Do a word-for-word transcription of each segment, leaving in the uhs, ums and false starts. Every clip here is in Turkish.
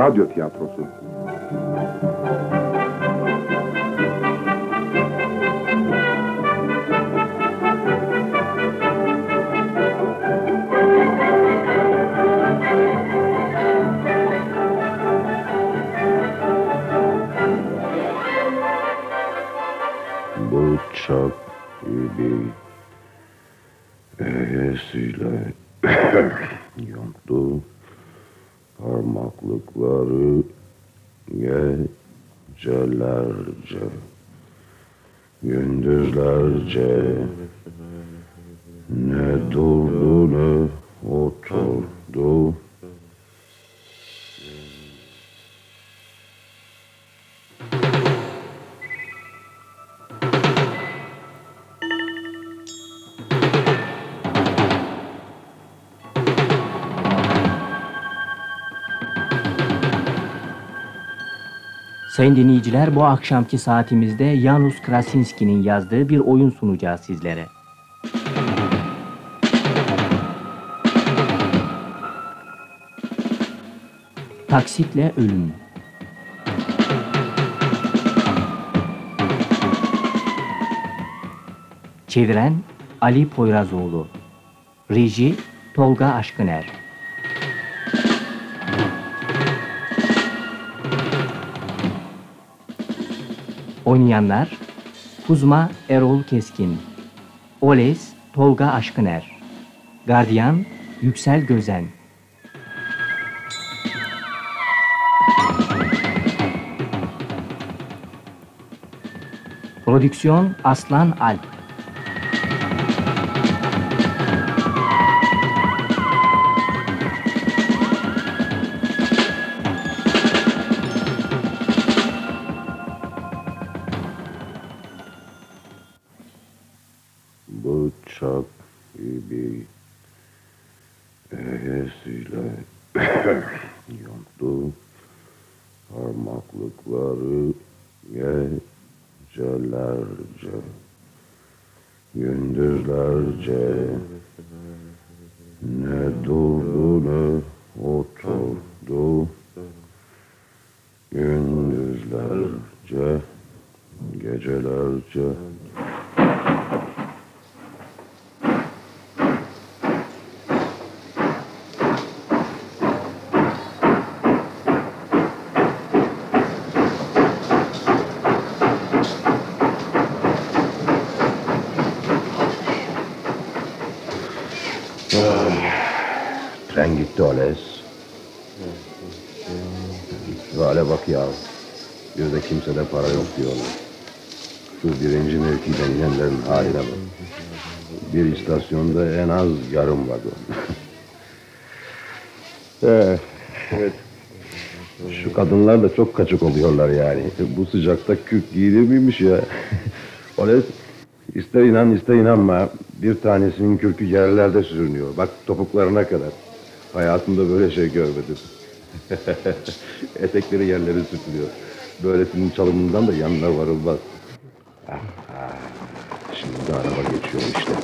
radyo tiyatrosu. Bıçak gibi eğesiyle yonttu parmaklıkları gecelerce, gündüzlerce. Ne durdu ne oturdu. Sayın dinleyiciler, bu akşamki saatimizde Janusz Krasinski'nin yazdığı bir oyun sunacağız sizlere. Taksitle Ölüm. Çeviren Ali Poyrazoğlu. Reji Tolga Aşkıner. Oynayanlar: Kuzma Erol Keskin, Oles Tolga Aşkıner, Gardiyan Yüksel Gözen. Prodüksiyon Aslan Alp. Bıçak gibi eğesiyle yonttu parmaklıkları gecelerce, gündüzlerce. Ne durdu ne oturdu. Gündüzlerce, gecelerce. Tren gitti Oles. Şu hale bak ya. Bir de kimsede para yok diyorlar. Şu birinci mevkiden inenlerin haline bak. Bir istasyonda en az yarım vagon. Evet. Evet. Şu kadınlar da çok kaçık oluyorlar yani. Bu sıcakta kürk giyilir miymiş ya? Oles, ister inan ister inanma, bir tanesinin kürkü yerlerde sürünüyor. Bak topuklarına kadar. Hayatımda böyle şey görmedim. Etekleri yerlere sürtülüyor. Böylesinin çalımından da yanına varılmaz. Ah, ah. Şimdi de araba geçiyor işte.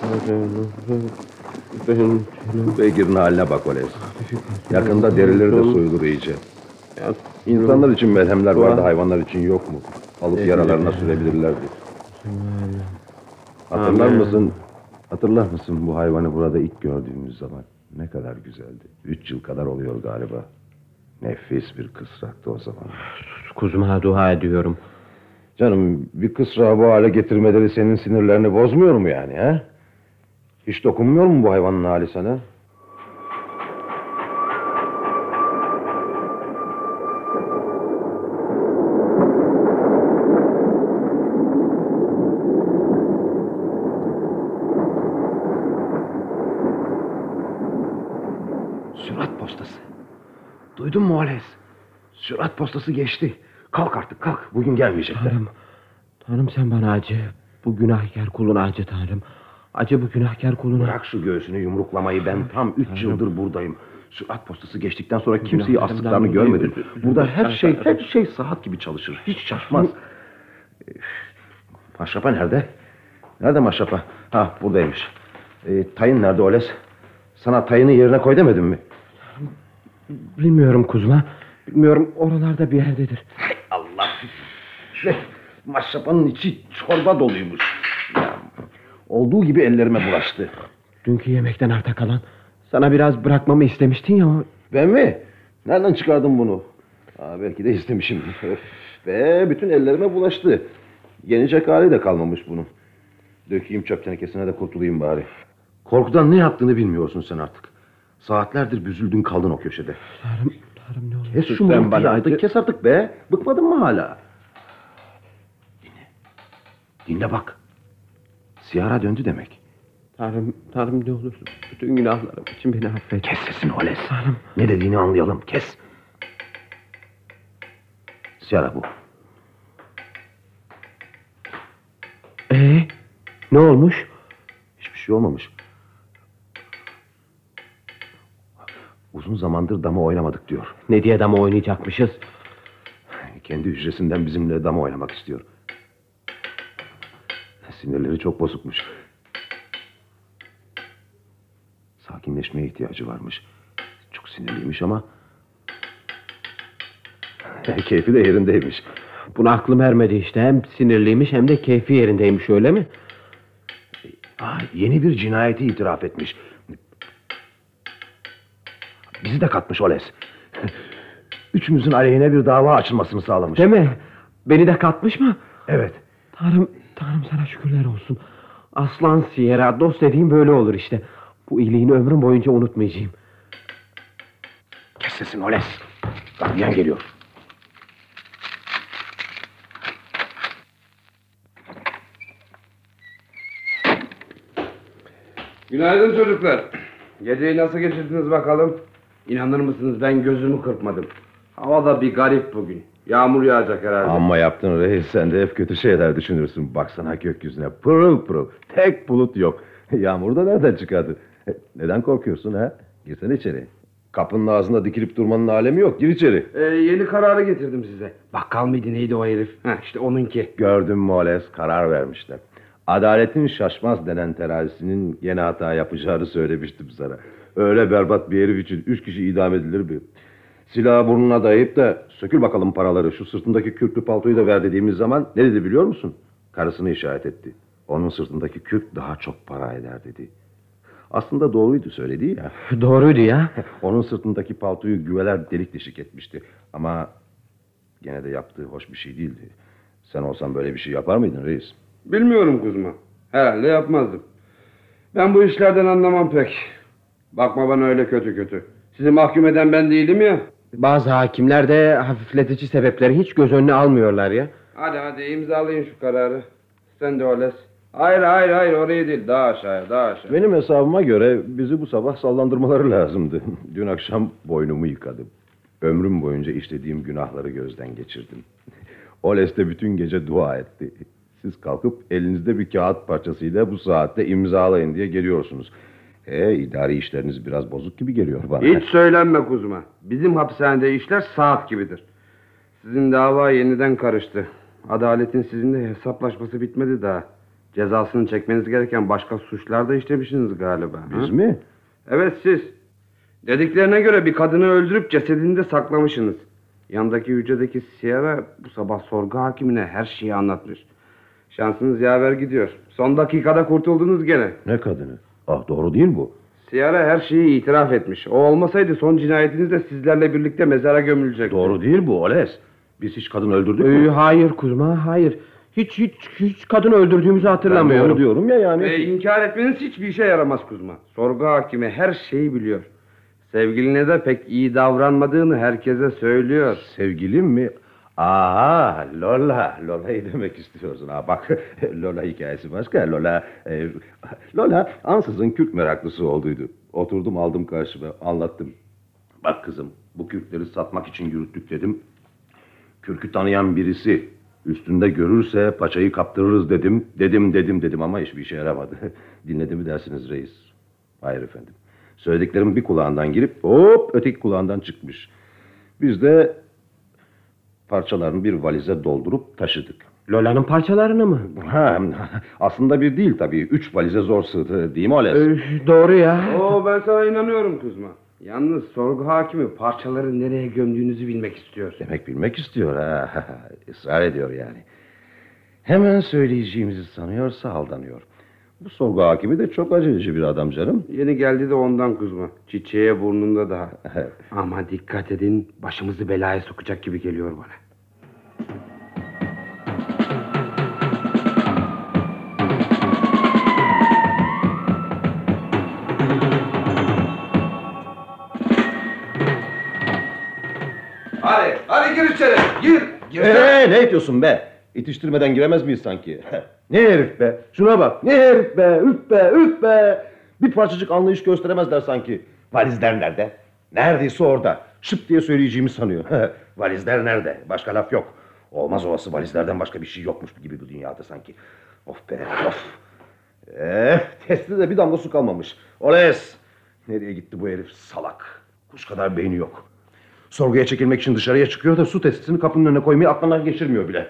Bu beygirin haline bak Oles. Yakında derileri de soyulur iyice. İnsanlar için merhemler vardı, hayvanlar için yok mu? Alıp yaralarına sürebilirlerdi. Hatırlar mısın? Hatırlar mısın bu hayvanı burada ilk gördüğümüz zaman? Ne kadar güzeldi. Üç yıl kadar oluyor galiba. Nefis bir kısraktı o zaman. Kuzma dua ediyorum. Canım, bir kısrağı bu hale getirmeleri senin sinirlerini bozmuyor mu yani ha? Hiç dokunmuyor mu bu hayvanın hali sana? Sürat postası. Duydun mu Oles? Sürat postası geçti. Kalk artık kalk. Bugün gelmeyecekler. Tanrım, Tanrım sen bana acı. Bu günahkar kuluna acı Tanrım. Acı bu günahkar kuluna. Bırak şu göğsünü yumruklamayı. Ben tam üç Tanrım. yıldır buradayım. Sürat postası geçtikten sonra kimseyi astıklarını görmedim. Burada her şey her şey saat gibi çalışır. Hiç şaşmaz. Maşrapa nerede? Nerede maşrapa? Ha buradaymış. E, tayın nerede Oles? Sana tayını yerine koy demedim mi? Bilmiyorum Kuzma. Bilmiyorum, oralarda bir yerdedir. Hay Allah! İşte maşrapanın içi çorba doluymuş. Ya, olduğu gibi ellerime bulaştı. Dünkü yemekten arta kalan. Sana biraz bırakmamı istemiştin ya. Ben mi? Nereden çıkardın bunu? Aa, belki de istemişim. Öf, ve bütün ellerime bulaştı. Yenecek hali de kalmamış bunun. Dökeyim çöp tenekesine de kurtulayım bari. Korkudan ne yaptığını bilmiyorsun sen artık. Saatlerdir büzüldün kaldın o köşede. Tanrım, Tanrım ne olur. Kes şu mırıltıyı artık, kes artık be. Bıkmadın mı hala? Dinle. Dinle bak. Siyara döndü demek. Tanrım, Tanrım ne olursun. Bütün günahlarım için beni affet. Kes sesini Oles. Tanrım. Ne dediğini anlayalım. Kes. Siyara bu. Ee, ne olmuş? Hiçbir şey olmamış. Uzun zamandır dama oynamadık diyor. Ne diye dama oynayacakmışız? Kendi hücresinden bizimle dama oynamak istiyor. Sinirleri çok bozukmuş. Sakinleşmeye ihtiyacı varmış. Çok sinirliymiş ama keyfi de yerindeymiş. Buna aklım ermedi işte. Hem sinirliymiş hem de keyfi yerindeymiş, öyle mi? Aa, yeni bir cinayeti itiraf etmiş. Bizi de katmış Oles. Üçümüzün aleyhine bir dava açılmasını sağlamış. Değil mi? Beni de katmış mı? Evet. Tanrım, Tanrım sana şükürler olsun. Aslan Sierra, dost dediğim böyle olur işte. Bu iyiliğini ömrüm boyunca unutmayacağım. Kes sesini Oles. Gardiyan geliyor. Günaydın çocuklar. Geceyi nasıl geçirdiniz bakalım? İnanır mısınız, ben gözümü kırpmadım. Hava da bir garip bugün. Yağmur yağacak herhalde. Amma yaptın reis, sen de hep kötü şeyler düşünürsün. Baksana gökyüzüne pırıl pırıl. Tek bulut yok. Yağmur da nereden çıkardı? Neden korkuyorsun ha? Girsene içeri. Kapının ağzında dikilip durmanın alemi yok. Gir içeri. Ee, yeni kararı getirdim size. Bakkal mıydı neydi o herif? Heh, işte onunki. Gördün mü Oles, karar vermişler. Adaletin şaşmaz denen terazisinin yine hata yapacağını söylemiştim sana. Öyle berbat bir herif için üç kişi idam edilir mi? Silahı burnuna dayayıp da sökül bakalım paraları, şu sırtındaki kürklü paltoyu da ver dediğimiz zaman ne dedi biliyor musun? Karısını işaret etti. Onun sırtındaki kürk daha çok para eder dedi. Aslında doğruydu söylediği ya. Doğruydu ya. Onun sırtındaki paltoyu güveler delik deşik etmişti. Ama gene de yaptığı hoş bir şey değildi. Sen olsan böyle bir şey yapar mıydın reis? Bilmiyorum Kuzma. Herhalde yapmazdım. Ben bu işlerden anlamam pek. Bakma bana öyle kötü kötü. Sizi mahkum eden ben değilim ya. Bazı hakimler de hafifletici sebepleri hiç göz önüne almıyorlar ya. Hadi hadi imzalayın şu kararı. Sen de Oles. Hayır hayır hayır, oraya değil, daha aşağıya daha aşağı. Benim hesabıma göre bizi bu sabah sallandırmaları lazımdı. Dün akşam boynumu yıkadım. Ömrüm boyunca işlediğim günahları gözden geçirdim. Oles de bütün gece dua etti. Siz kalkıp elinizde bir kağıt parçasıyla bu saatte imzalayın diye geliyorsunuz. E, idari işleriniz biraz bozuk gibi geliyor bana. Hiç söylenme Kuzma. Bizim hapishanede işler saat gibidir. Sizin dava yeniden karıştı. Adaletin sizinle hesaplaşması bitmedi daha. Cezasını çekmeniz gereken başka suçlar da işlemişsiniz galiba. Biz ha? mi? Evet siz. Dediklerine göre bir kadını öldürüp cesedini de saklamışsınız. Yandaki hücredeki Sierra bu sabah sorgu hakimine her şeyi anlatmış. Şansınız yaver gidiyor. Son dakikada kurtuldunuz gene. Ne kadını? Ah, doğru değil bu. Sierra her şeyi itiraf etmiş. O olmasaydı son cinayetiniz de sizlerle birlikte mezara gömülecekti. Doğru değil bu Oles. Biz hiç kadın öldürdük Ee, mü? hayır Kuzma, hayır. Hiç hiç hiç kadın öldürdüğümüzü Ben hatırlamıyorum. doğru diyorum ya yani. Ve inkar etmeniz hiçbir işe yaramaz Kuzma. Sorgu hakimi her şeyi biliyor. Sevgiline de pek iyi davranmadığını herkese söylüyor. Sevgilim mi? Aha, Lola. Lola'yı demek istiyorsun. Ha, bak, Lola hikayesi başka. Lola, e, Lola ansızın kürk meraklısı olduydu. Oturdum aldım karşıma anlattım. Bak kızım, bu kürkleri satmak için yürüttük dedim. Kürkü tanıyan birisi üstünde görürse paçayı kaptırırız dedim. Dedim dedim dedim ama hiçbir işe yaramadı. Dinledi mi dersiniz reis? Hayır efendim. Söylediklerim bir kulağından girip hop öteki kulağından çıkmış. Biz de parçalarını bir valize doldurup taşıdık. Lola'nın parçalarını mı? Ha, aslında bir değil tabii. Üç valize zor sığdı değil mi Oles? Ee, doğru ya. Oo, ben sana inanıyorum Kuzma. Yalnız sorgu hakimi parçaları nereye gömdüğünüzü bilmek istiyor. Demek bilmek istiyor ha. Israr ediyor yani. Hemen söyleyeceğimizi sanıyorsa aldanıyor. Bu sorgu hakimi de çok aceleci bir adam canım. Yeni geldi de ondan Kuzma. Çiçeğe burnunda daha. Ama dikkat edin, başımızı belaya sokacak gibi geliyor bana. Hadi, hadi gir içeri, gir. Ee, ne ediyorsun be? İtiştirmeden giremez miyiz sanki? Ne herif be? Şuna bak. Ne herif be? Üf be, üf be. Bir parçacık anlayış gösteremezler sanki. Valizler nerede? Neredeyse orada. Şıp diye söyleyeceğimi sanıyor. Valizler nerede? Başka laf yok. Olmaz olası valizlerden başka bir şey yokmuş gibi bu dünyada sanki. Of be, of. Eh, testi de bir damla su kalmamış. Oles! Nereye gitti bu herif? Salak. Kuş kadar beyni yok. Sorguya çekilmek için dışarıya çıkıyor da su testini kapının önüne koymayı aklından geçirmiyor bile.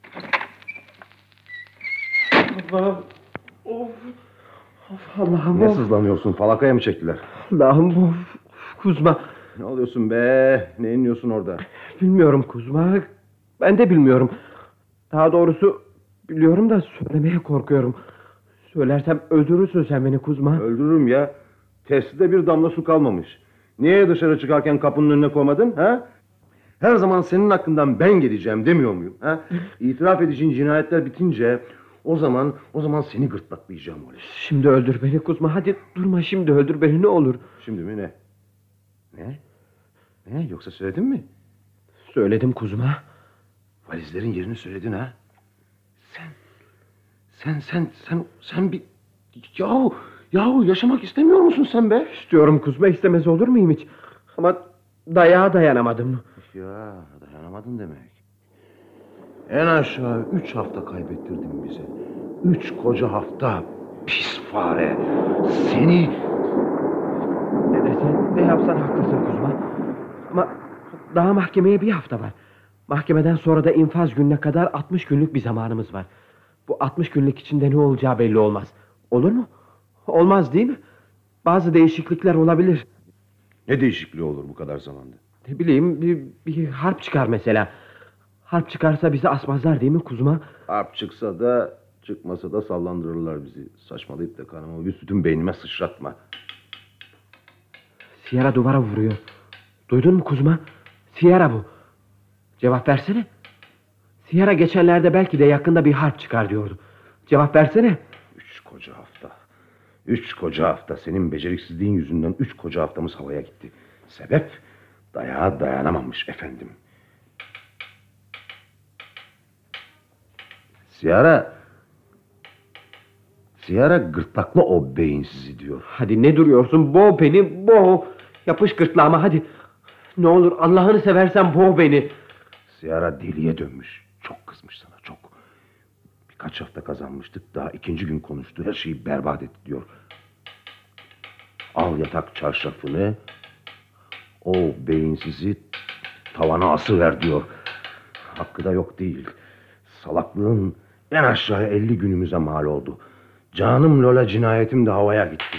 Allah'ım. Of. Of Allah'ım. Ne Of. sızlanıyorsun? Falakaya mı çektiler? Allah'ım of. Kuzma. Ne oluyorsun be? Ne iniyorsun orada? Bilmiyorum Kuzma. Ben de bilmiyorum. Daha doğrusu biliyorum da söylemeye korkuyorum. Söylersem öldürürsün sen beni Kuzma. Öldürürüm ya. Testide bir damla su kalmamış. Niye dışarı çıkarken kapının önüne koymadın? Ha? Her zaman senin hakkından ben geleceğim demiyor muyum? Ha? İtiraf edeceğin cinayetler bitince o zaman o zaman seni gırtlaklayacağım öyle. Şimdi öldür beni Kuzma. Hadi durma şimdi öldür beni ne olur. Şimdi mi ne? Ne? Ne? Yoksa söyledin mi? Söyledim Kuzma. Valizlerin yerini söyledin ha? Sen, sen, sen, sen, sen bir... Yahu, yahu yaşamak istemiyor musun sen be? İstiyorum Kuzma, istemez olur muyum hiç? Ama dayağa dayanamadım. Ya dayanamadın demek. En aşağı üç hafta kaybettirdin bize. Üç koca hafta. Pis fare. Seni... Ne desen ne yapsan haklısın Kuzma. Ama daha mahkemeye bir hafta var. Mahkemeden sonra da infaz gününe kadar altmış günlük bir zamanımız var. Bu altmış günlük içinde ne olacağı belli olmaz. Olur mu? Olmaz değil mi? Bazı değişiklikler olabilir. Ne değişikliği olur bu kadar zamanda? Ne bileyim bir, bir harp çıkar mesela. Harp çıkarsa bizi asmazlar değil mi Kuzma? Harp çıksa da çıkmasa da sallandırırlar bizi. Saçmalayıp da kanımı bir sütün beynime sıçratma. Sierra duvara vuruyor. Duydun mu Kuzma? Sierra bu. Cevap versene. Sierra geçenlerde belki de yakında bir harp çıkar diyordu. Cevap versene. Üç koca hafta. Üç koca hafta senin beceriksizliğin yüzünden üç koca haftamız havaya gitti. Sebep dayağa dayanamamış efendim. Siyara... Siyara gırtlakla o beyinsizi diyor. Hadi ne duruyorsun? Boğ beni, boğ. Yapış gırtlağıma hadi. Ne olur Allah'ını seversen boğ beni. Siyara deliye dönmüş. Çok kızmış sana çok. Birkaç hafta kazanmıştık. Daha ikinci gün konuştu. Her şeyi berbat etti diyor. Al yatak çarşafını. O beyinsizi tavana asıver diyor. Hakkı da yok değil. Salaklığın en aşağıya elli günümüze mal oldu. Canım Lola cinayetim de havaya gitti.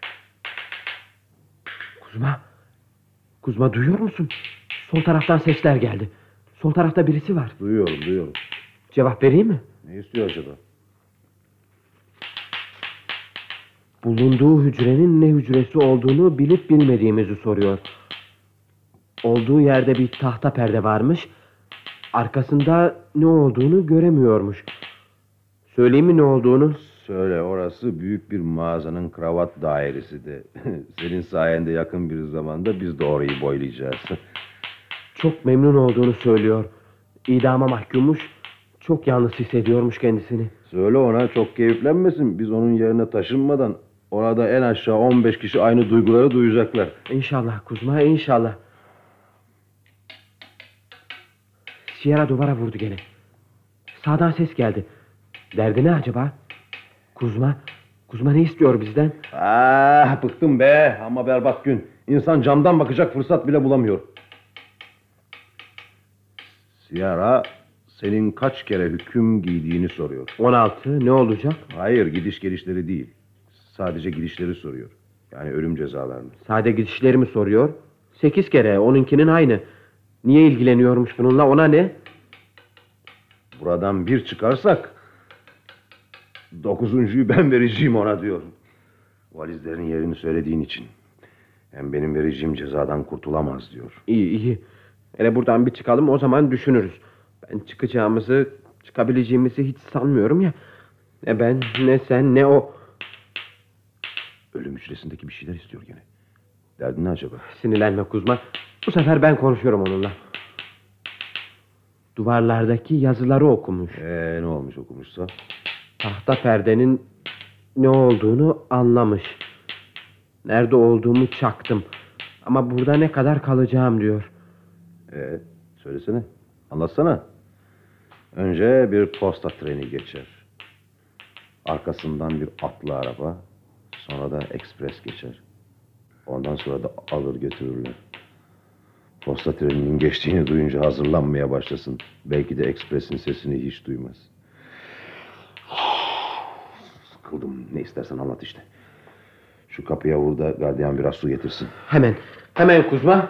Kuzma. Kuzma duyuyor musun? Sol taraftan sesler geldi. Sol tarafta birisi var. Duyuyorum duyuyorum. Cevap vereyim mi? Ne istiyor acaba? Bulunduğu hücrenin ne hücresi olduğunu bilip bilmediğimizi soruyor. Olduğu yerde bir tahta perde varmış. Arkasında ne olduğunu göremiyormuş. Söyleyeyim mi ne olduğunu? Söyle, orası büyük bir mağazanın kravat dairesi de. Senin sayende yakın bir zamanda biz de orayı boylayacağız. Çok memnun olduğunu söylüyor. İdama mahkummuş. Çok yalnız hissediyormuş kendisini. Söyle ona çok keyiflenmesin. Biz onun yerine taşınmadan orada en aşağı on beş kişi aynı duyguları duyacaklar. İnşallah Kuzma, inşallah. Sierra duvara vurdu gene. Sağdan ses geldi. Derdi ne acaba? Kuzma, Kuzma ne istiyor bizden? Ah, bıktım be ama berbat gün. İnsan camdan bakacak fırsat bile bulamıyor. Sierra senin kaç kere hüküm giydiğini soruyor. on altı ne olacak? Hayır, gidiş gelişleri değil. Sadece gidişleri soruyor. Yani ölüm cezalarını. Sade gidişlerimi soruyor. Sekiz kere, onunkinin aynı. Niye ilgileniyormuş bununla, ona ne? Buradan bir çıkarsak dokuzuncuyu ben vereceğim ona diyorum. Valizlerin yerini söylediğin için. Hem benim vereceğim cezadan kurtulamaz diyor. İyi iyi. Hele buradan bir çıkalım, o zaman düşünürüz. Ben çıkacağımızı, çıkabileceğimizi hiç sanmıyorum ya. Ne ben, ne sen, ne o. Ölüm hücresindeki bir şeyler istiyor gene. Derdin ne acaba? Sinirlenme Kuzma. Bu sefer ben konuşuyorum onunla. Duvarlardaki yazıları okumuş. Ee, ne olmuş okumuşsa? Tahta perdenin ne olduğunu anlamış. Nerede olduğumu çaktım. Ama burada ne kadar kalacağım diyor. Ee, söylesene. Anlatsana. Önce bir posta treni geçer. Arkasından bir atlı araba. Sonra da ekspres geçer. Ondan sonra da alır götürürler. Posta treninin geçtiğini duyunca hazırlanmaya başlasın. Belki de ekspresin sesini hiç duymaz. Sıkıldım. Ne istersen anlat işte. Şu kapıya vur da gardiyan biraz su getirsin. Hemen, hemen Kuzma.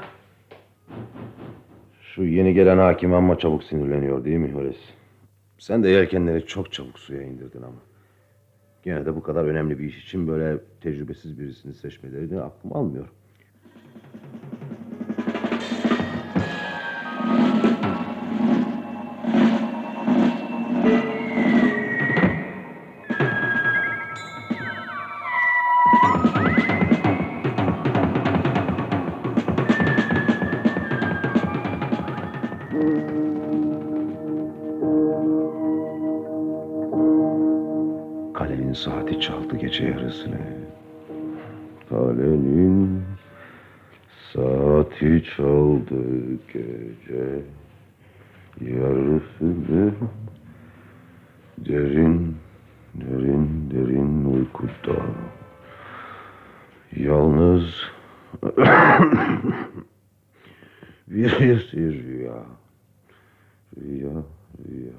Şu yeni gelen hakim amma çabuk sinirleniyor değil mi Horace? Sen de yelkenleri çok çabuk suya indirdin ama. Gene de bu kadar önemli bir iş için böyle tecrübesiz birisini seçmelerini aklım almıyor. Kalenin saati çaldı gece yarısını. Kalenin saati çaldı gece yarısını. Derin, derin, derin uykuda. Yalnız bir rüya. Rüya, rüya.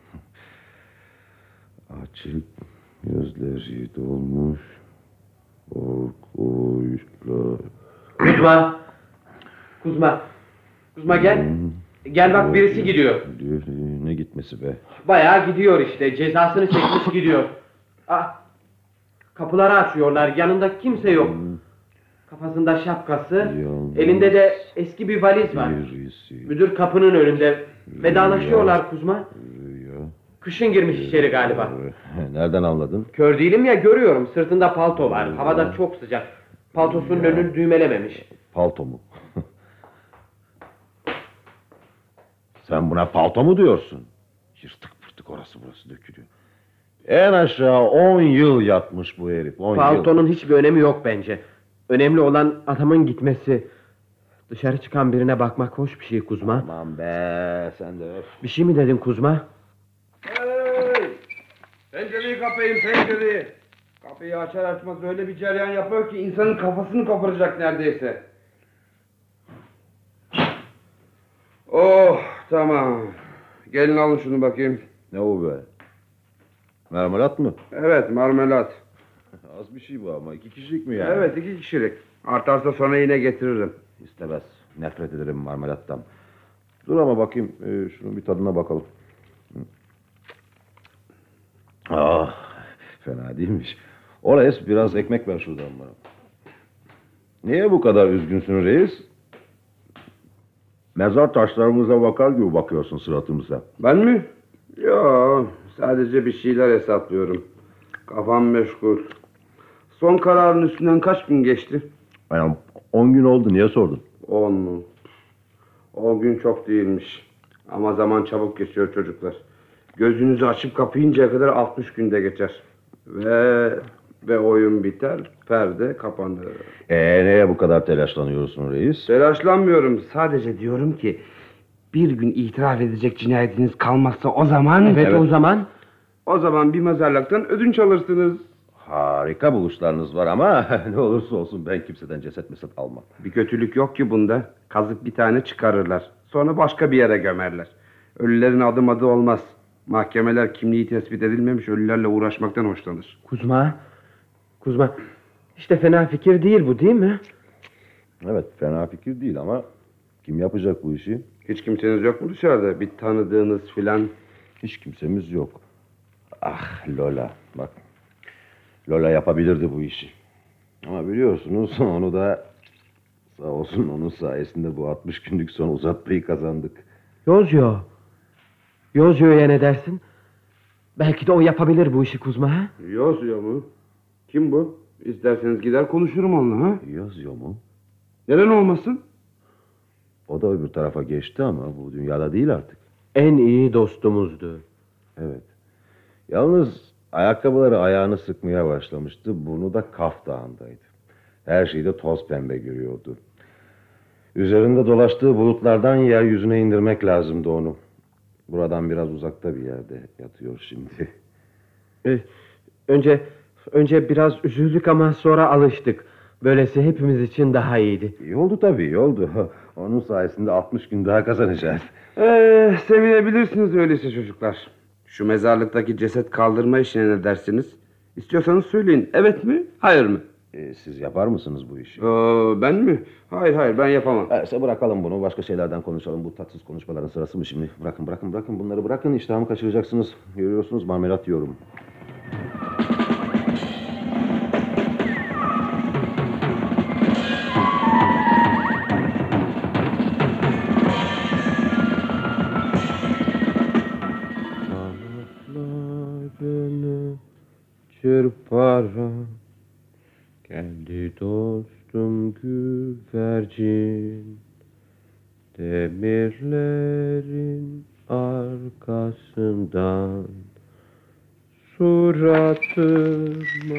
Açık gözleri dolmuş korkuyla. Kuzma. Kuzma. Kuzma gel. Gel bak, birisi gidiyor. Ne gitmesi be? Bayağı gidiyor işte. Cezasını çekmiş gidiyor. Ah, kapıları açıyorlar. Yanında kimse yok. Kafasında şapkası. Yalnız Elinde de eski bir valiz var. birisi. Müdür kapının önünde. Vedalaşıyorlar Kuzma. Rüya. Kışın girmiş içeri galiba. Nereden anladın? Kör değilim ya, görüyorum. Sırtında palto var. Havada çok sıcak. Paltosunun önünü düğmelememiş. Palto mu? Sen buna palto mu diyorsun? Yırtık pırtık orası burası dökülüyor. En aşağı on yıl yatmış bu herif. on yıl. Paltonun hiçbir önemi yok bence. Önemli olan adamın gitmesi. Dışarı çıkan birine bakmak hoş bir şey Kuzma. Aman be sen de öf. Bir şey mi dedin Kuzma? Hey! Pencereyi kapayın, pencereyi. Kapıyı açar açmaz öyle bir cereyan yapıyor ki insanın kafasını koparacak neredeyse. Oh, tamam. Gelin alın şunu bakayım. Ne o be? Marmelat mı? Evet, marmelat. Az bir şey bu ama iki kişilik mi yani? Evet, iki kişilik. Artarsa sonra yine getiririm. İstemez. Nefret ederim marmelattan. Dur ama bakayım. Ee, şunun bir tadına bakalım. Ah, fena değilmiş. Oraya biraz ekmek ver şuradan bana. Niye bu kadar üzgünsün reis? Mezar taşlarımıza bakar gibi bakıyorsun suratımıza. Ben mi? Yo, sadece bir şeyler hesaplıyorum. Kafam meşgul. Son kararın üstünden kaç gün geçti? Yani on gün oldu, niye sordun? On mu? O gün çok değilmiş. Ama zaman çabuk geçiyor çocuklar. Gözünüzü açıp kapayıncaya kadar altmış günde geçer. Ve ve oyun biter, perde kapanır. Ee, neye bu kadar telaşlanıyorsun reis? Telaşlanmıyorum. Sadece diyorum ki bir gün itiraf edecek cinayetiniz kalmazsa o zaman... Evet, o zaman. O zaman bir mezarlıktan ödünç alırsınız. Harika buluşlarınız var ama ne olursa olsun ben kimseden ceset meset almam. Bir kötülük yok ki bunda. Kazıp bir tane çıkarırlar. Sonra başka bir yere gömerler. Ölülerin adım adı olmaz. Mahkemeler kimliği tespit edilmemiş ölülerle uğraşmaktan hoşlanır. Kuzma. Kuzma. İşte fena fikir değil bu, değil mi? Evet, fena fikir değil ama kim yapacak bu işi? Hiç kimseniz yok mu dışarıda? Bir tanıdığınız filan? Hiç kimsemiz yok. Ah Lola, bak. Lola yapabilirdi bu işi. Ama biliyorsunuz onu da sağ olsun onun sayesinde bu altmış günlük son uzatmayı kazandık. Yozyo. Yozyo'ya ne dersin? Belki de o yapabilir bu işi Kuzma, ha? Yozyo mu? Kim bu? İsterseniz gider konuşurum onunla, ha? Yazıyor mu? Neden olmasın? O da öbür tarafa geçti ama bu dünyada değil artık. En iyi dostumuzdu. Evet. Yalnız ayakkabıları ayağını sıkmaya başlamıştı. Burnu da Kaf Dağı'ndaydı. Her şeyi de toz pembe görüyordu. Üzerinde dolaştığı bulutlardan yeryüzüne indirmek lazımdı onu. Buradan biraz uzakta bir yerde yatıyor şimdi. Ee, önce önce biraz üzüldük ama sonra alıştık. Böylesi hepimiz için daha iyiydi. İyi oldu tabii, iyi oldu. Onun sayesinde altmış gün daha kazanacağız. Ee, sevinebilirsiniz öyleyse çocuklar. Şu mezarlıktaki ceset kaldırma işine ne dersiniz? İstiyorsanız söyleyin. Evet mi? Hayır mı? Ee, siz yapar mısınız bu işi? Ee, ben mi? Hayır hayır ben yapamam. Neyse bırakalım bunu. Başka şeylerden konuşalım. Bu tatsız konuşmaların sırası mı şimdi? Bırakın bırakın bırakın. Bunları bırakın. İştahımı kaçıracaksınız. Görüyorsunuz marmelat yiyorum. Kanatlarını çırparak geldi dostum güvercin, demirlerin arkasından suratıma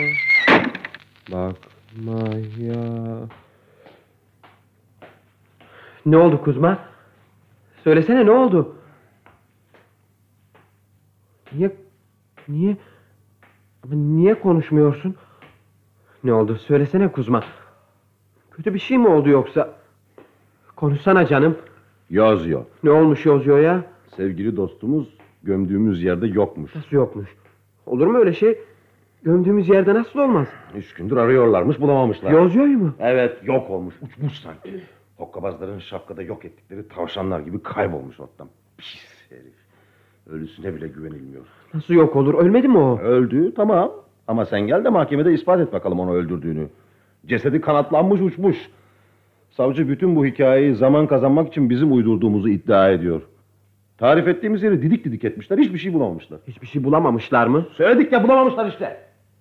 bakmaya. Ne oldu Kuzma? Söylesene, ne oldu? Niye niye ama niye konuşmuyorsun? Ne oldu? Söylesene Kuzma. Kötü bir şey mi oldu yoksa? Konuşsana canım. Yazıyor. Ne olmuş Yozyo'ya? Sevgili dostumuz gömdüğümüz yerde yokmuş. Nasıl yokmuş? Olur mu öyle şey? Gömdüğümüz yerde nasıl olmaz? Üç gündür arıyorlarmış, bulamamışlar. Yozyo'yu mu? Evet, yok olmuş, uçmuş sanki. Hokkabazların şapkada yok ettikleri tavşanlar gibi kaybolmuş ortadan. Pis herif. Ölüsüne bile güvenilmiyor. Nasıl yok olur? Ölmedi mi o? Öldü, tamam. Ama sen gel de mahkemede ispat et bakalım onu öldürdüğünü. Cesedi kanatlanmış, uçmuş. Savcı bütün bu hikayeyi zaman kazanmak için bizim uydurduğumuzu iddia ediyor. Tarif ettiğimiz yeri didik didik etmişler, hiçbir şey bulamamışlar. Hiçbir şey bulamamışlar mı? Söyledik ya, bulamamışlar işte.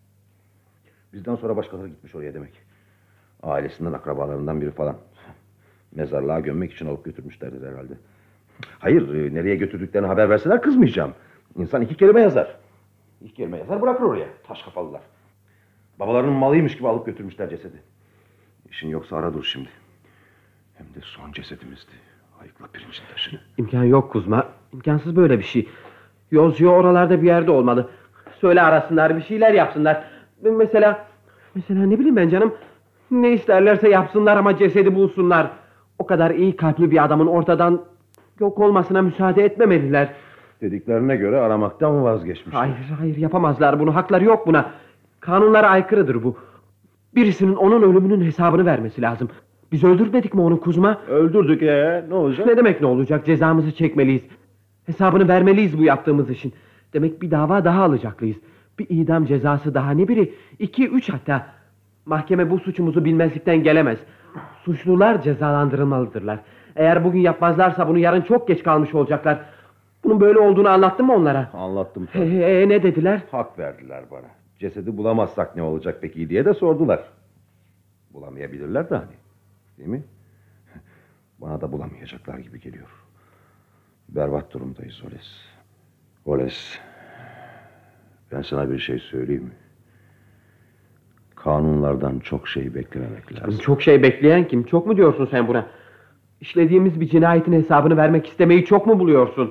Bizden sonra başkaları gitmiş oraya demek. Ailesinden, akrabalarından biri falan. Mezarlığa gömmek için alıp götürmüşlerdir herhalde. Hayır, e, nereye götürdüklerini haber verseler kızmayacağım. İnsan iki kelime yazar. İki kelime yazar bırakır oraya, taş kafalılar. Babalarının malıymış gibi alıp götürmüşler cesedi. İşin yoksa ara dur şimdi. Hem de son cesedimizdi. Ayıkla pirincin taşını. İmkan yok Kuzma. İmkansız böyle bir şey. Yozyo oralarda bir yerde olmalı. Söyle arasınlar, bir şeyler yapsınlar. Mesela, mesela ne bileyim ben canım. Ne isterlerse yapsınlar ama cesedi bulsunlar. O kadar iyi kalpli bir adamın ortadan yok olmasına müsaade etmemeliler. Dediklerine göre aramaktan vazgeçmişler. Hayır hayır yapamazlar bunu. Hakları yok buna. Kanunlara aykırıdır bu. Birisinin onun ölümünün hesabını vermesi lazım. Biz öldürmedik mi onu Kuzma? Öldürdük ee, ne olacak? Ne demek ne olacak? Cezamızı çekmeliyiz. Hesabını vermeliyiz bu yaptığımız işin. Demek bir dava daha alacaklıyız. Bir idam cezası daha, ne biri? İki, üç hatta. Mahkeme bu suçumuzu bilmezlikten gelemez. Suçlular cezalandırılmalıdırlar. Eğer bugün yapmazlarsa bunu yarın çok geç kalmış olacaklar. Bunun böyle olduğunu anlattın mı onlara? Anlattım He, tabii. he, ne dediler? Hak verdiler bana. Cesedi bulamazsak ne olacak peki diye de sordular. Bulamayabilirler de hani. Değil mi? Bana da bulamayacaklar gibi geliyor. Berbat durumdayız Oles. Oles. Ben sana bir şey söyleyeyim mi? Kanunlardan çok şey beklememek lazım. Çok şey bekleyen kim? Çok mu diyorsun sen buna? İşlediğimiz bir cinayetin hesabını vermek istemeyi çok mu buluyorsun?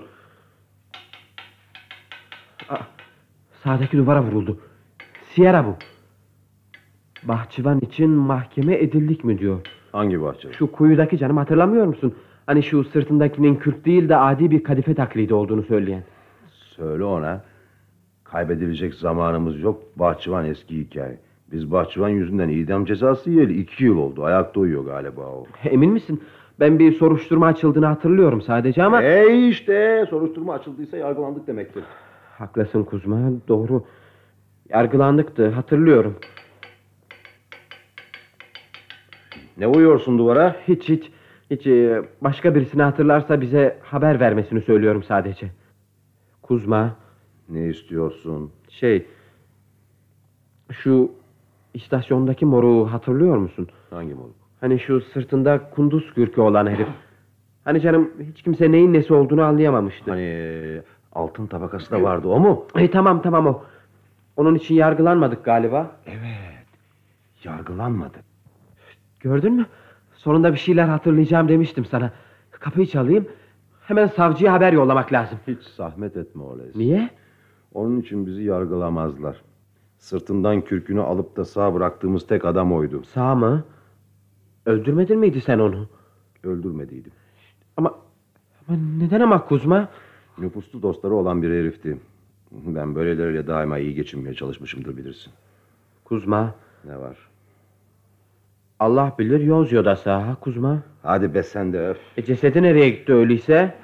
Aa, sağdaki duvara vuruldu. Sierra bu. Bahçıvan için mahkeme edildik mi diyor. Hangi bahçe? Şu kuyudaki canım, hatırlamıyor musun? Hani şu sırtındakinin kürk değil de adi bir kadife taklidi olduğunu söyleyen. Söyle ona. Kaybedilecek zamanımız yok. Bahçıvan eski hikaye. Biz bahçıvan yüzünden idam cezası yiyeli iki yıl oldu. Ayakta uyuyor galiba o. Emin misin? Ben bir soruşturma açıldığını hatırlıyorum sadece ama... E işte soruşturma açıldıysa yargılandık demektir. Haklısın Kuzma, doğru. Yargılandıktı, hatırlıyorum. Ne uyuyorsun duvara? Hiç hiç. Hiç e, başka birisini hatırlarsa bize haber vermesini söylüyorum sadece. Kuzma, Ne istiyorsun? şey... Şu istasyondaki moruğu hatırlıyor musun? Hangi moruk? Hani şu sırtında kunduz kürkü olan herif. Hani canım hiç kimse neyin nesi olduğunu anlayamamıştı. Hani altın tabakası da vardı, o mu? E, tamam tamam o. Onun için yargılanmadık galiba. Evet. Yargılanmadı. Gördün mü? Sonunda bir şeyler hatırlayacağım demiştim sana. Kapıyı çalayım. Hemen savcıya haber yollamak lazım. Hiç zahmet etme Oles. Niye? Onun için bizi yargılamazlar. Sırtından kürkünü alıp da sağ bıraktığımız tek adam oydu. Sağ mı? Öldürmedin miydi sen onu? Öldürmediydim. Ama, ama neden ama Kuzma? Nüfuslu dostları olan bir herifti. Ben böyleleriyle daima iyi geçinmeye çalışmışımdır, bilirsin. Kuzma, Ne var? Allah bilir Yozyo da sağ ha Kuzma. Hadi be sen de öf. E, cesedi nereye gitti öyleyse?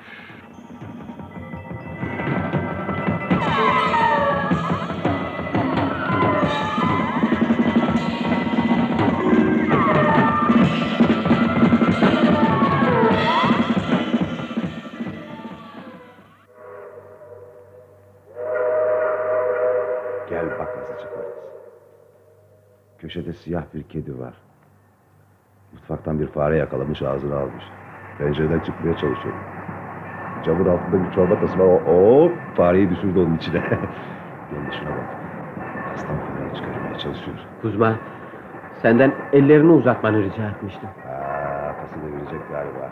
Gel bak azıcık Oles. Köşede siyah bir kedi var. Mutfaktan bir fare yakalamış, ağzını almış. Pencereden çıkmaya çalışıyor. Camın altında bir çorba tası var. O, o fareyi düşürdü onun içine. Gel de şuna bak. Aslan fareyi çıkarmaya çalışıyor. Kuzma, senden ellerini uzatmanı rica etmiştim. Aa, tası devirecek galiba.